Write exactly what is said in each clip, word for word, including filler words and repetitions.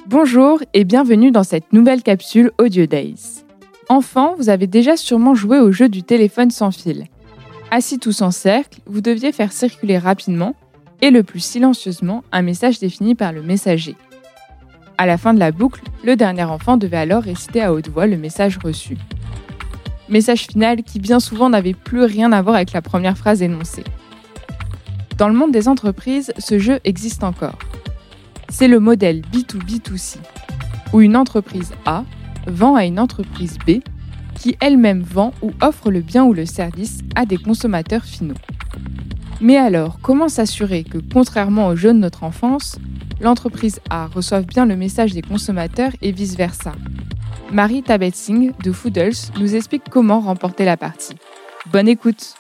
Bonjour et bienvenue dans cette nouvelle capsule Audio Days. Enfant, vous avez déjà sûrement joué au jeu du téléphone sans fil. Assis tous en cercle, vous deviez faire circuler rapidement et le plus silencieusement un message défini par le messager. À la fin de la boucle, le dernier enfant devait alors réciter à haute voix le message reçu. Message final qui bien souvent n'avait plus rien à voir avec la première phrase énoncée. Dans le monde des entreprises, ce jeu existe encore. C'est le modèle B deux B deux C, où une entreprise A vend à une entreprise B qui elle-même vend ou offre le bien ou le service à des consommateurs finaux. Mais alors, comment s'assurer que, contrairement au jeu de notre enfance, l'entreprise A reçoive bien le message des consommateurs et vice-versa ? Marie Tabet-Singh de Foodles nous explique comment remporter la partie. Bonne écoute.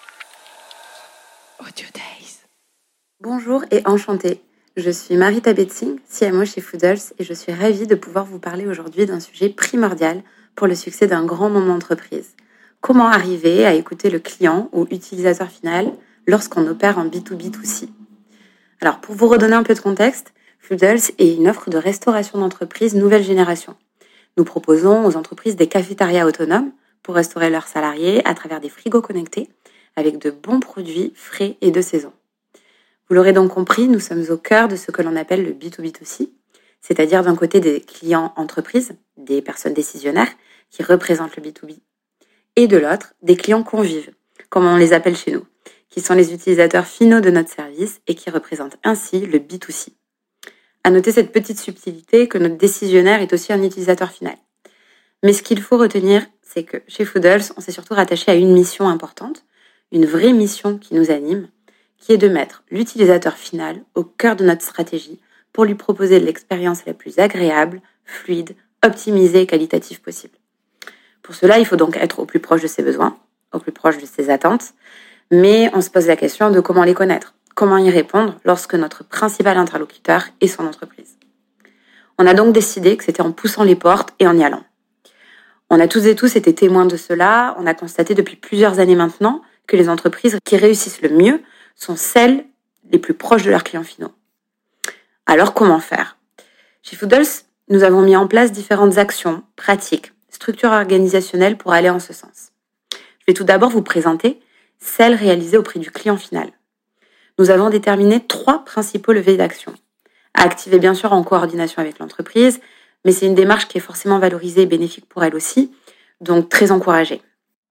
Audio Days. Bonjour et enchantée. Je suis Marie Tabet-Singh, C M O chez Foodles et je suis ravie de pouvoir vous parler aujourd'hui d'un sujet primordial pour le succès d'un grand nom d'entreprise. Comment arriver à écouter le client ou utilisateur final lorsqu'on opère en B deux B deux C. Alors, pour vous redonner un peu de contexte, Foodles est une offre de restauration d'entreprise nouvelle génération. Nous proposons aux entreprises des cafétérias autonomes pour restaurer leurs salariés à travers des frigos connectés avec de bons produits frais et de saison. Vous l'aurez donc compris, nous sommes au cœur de ce que l'on appelle le B deux B deux C, c'est-à-dire d'un côté des clients entreprises, des personnes décisionnaires qui représentent le B deux B, et de l'autre, des clients convives, comme on les appelle chez nous, qui sont les utilisateurs finaux de notre service et qui représentent ainsi le B deux C. À noter cette petite subtilité que notre décisionnaire est aussi un utilisateur final. Mais ce qu'il faut retenir, c'est que chez Foodles, on s'est surtout rattaché à une mission importante, une vraie mission qui nous anime, qui est de mettre l'utilisateur final au cœur de notre stratégie pour lui proposer l'expérience la plus agréable, fluide, optimisée et qualitative possible. Pour cela, il faut donc être au plus proche de ses besoins, au plus proche de ses attentes, mais on se pose la question de comment les connaître. Comment y répondre lorsque notre principal interlocuteur est son entreprise. On a donc décidé que c'était en poussant les portes et en y allant. On a tous et tous été témoins de cela. On a constaté depuis plusieurs années maintenant que les entreprises qui réussissent le mieux sont celles les plus proches de leurs clients finaux. Alors comment faire ? Chez Foodles, nous avons mis en place différentes actions, pratiques, structures organisationnelles pour aller en ce sens. Je vais tout d'abord vous présenter celles réalisées auprès du client final. Nous avons déterminé trois principaux leviers d'action, à activer bien sûr en coordination avec l'entreprise, mais c'est une démarche qui est forcément valorisée et bénéfique pour elle aussi, donc très encouragée.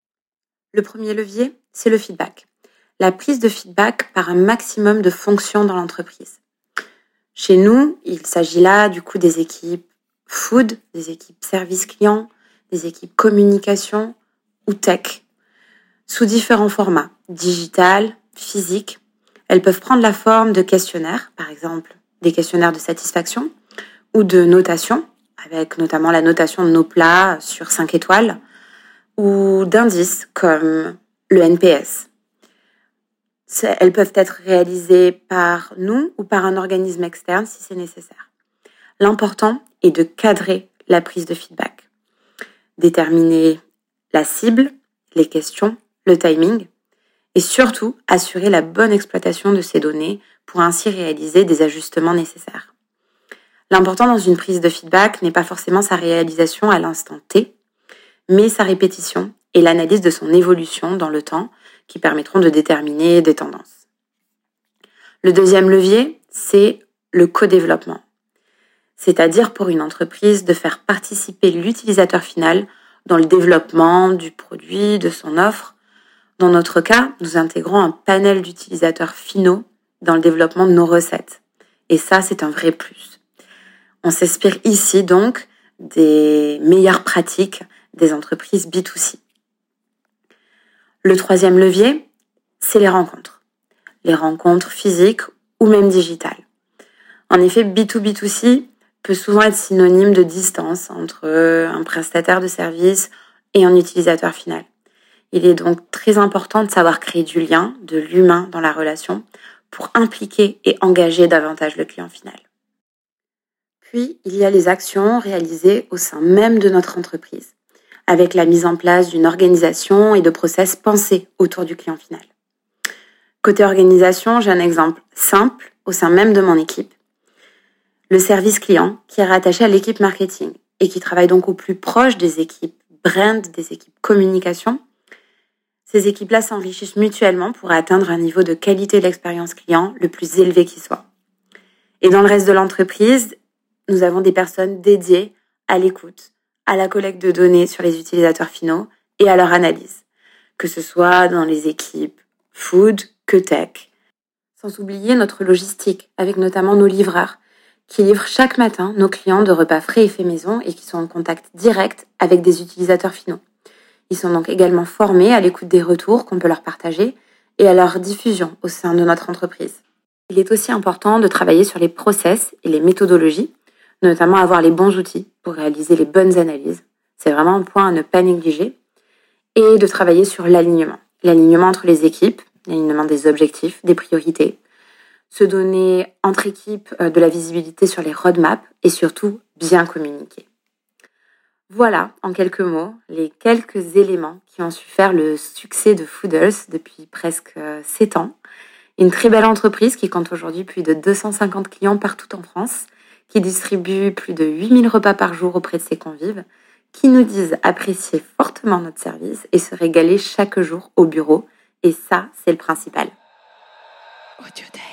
Le premier levier, c'est le feedback. La prise de feedback par un maximum de fonctions dans l'entreprise. Chez nous, il s'agit là du coup des équipes food, des équipes service client, des équipes communication ou tech, sous différents formats, digital, physique. Elles peuvent prendre la forme de questionnaires, par exemple des questionnaires de satisfaction, ou de notation, avec notamment la notation de nos plats sur cinq étoiles, ou d'indices comme le N P S. Elles peuvent être réalisées par nous ou par un organisme externe si c'est nécessaire. L'important est de cadrer la prise de feedback, déterminer la cible, les questions, le timing, et surtout assurer la bonne exploitation de ces données pour ainsi réaliser des ajustements nécessaires. L'important dans une prise de feedback n'est pas forcément sa réalisation à l'instant T, mais sa répétition et l'analyse de son évolution dans le temps qui permettront de déterminer des tendances. Le deuxième levier, c'est le co-développement, c'est-à-dire pour une entreprise de faire participer l'utilisateur final dans le développement du produit, de son offre. Dans notre cas, nous intégrons un panel d'utilisateurs finaux dans le développement de nos recettes. Et ça, c'est un vrai plus. On s'inspire ici donc des meilleures pratiques des entreprises B deux C. Le troisième levier, c'est les rencontres. Les rencontres physiques ou même digitales. En effet, B deux B deux C peut souvent être synonyme de distance entre un prestataire de service et un utilisateur final. Il est donc très important de savoir créer du lien, de l'humain dans la relation pour impliquer et engager davantage le client final. Puis, il y a les actions réalisées au sein même de notre entreprise, avec la mise en place d'une organisation et de process pensés autour du client final. Côté organisation, j'ai un exemple simple au sein même de mon équipe. Le service client, qui est rattaché à l'équipe marketing et qui travaille donc au plus proche des équipes brand, des équipes communication. Ces équipes-là s'enrichissent mutuellement pour atteindre un niveau de qualité de l'expérience client le plus élevé qui soit. Et dans le reste de l'entreprise, nous avons des personnes dédiées à l'écoute, à la collecte de données sur les utilisateurs finaux et à leur analyse, que ce soit dans les équipes food que tech. Sans oublier notre logistique, avec notamment nos livreurs, qui livrent chaque matin nos clients de repas frais et faits maison et qui sont en contact direct avec des utilisateurs finaux. Ils sont donc également formés à l'écoute des retours qu'on peut leur partager et à leur diffusion au sein de notre entreprise. Il est aussi important de travailler sur les process et les méthodologies, notamment avoir les bons outils pour réaliser les bonnes analyses. C'est vraiment un point à ne pas négliger. Et de travailler sur l'alignement. L'alignement entre les équipes, l'alignement des objectifs, des priorités. Se donner entre équipes de la visibilité sur les roadmaps et surtout bien communiquer. Voilà, en quelques mots, les quelques éléments qui ont su faire le succès de Fooders depuis presque sept ans. Une très belle entreprise qui compte aujourd'hui plus de deux cent cinquante clients partout en France, qui distribue plus de huit mille repas par jour auprès de ses convives, qui nous disent apprécier fortement notre service et se régaler chaque jour au bureau. Et ça, c'est le principal. Audio Day.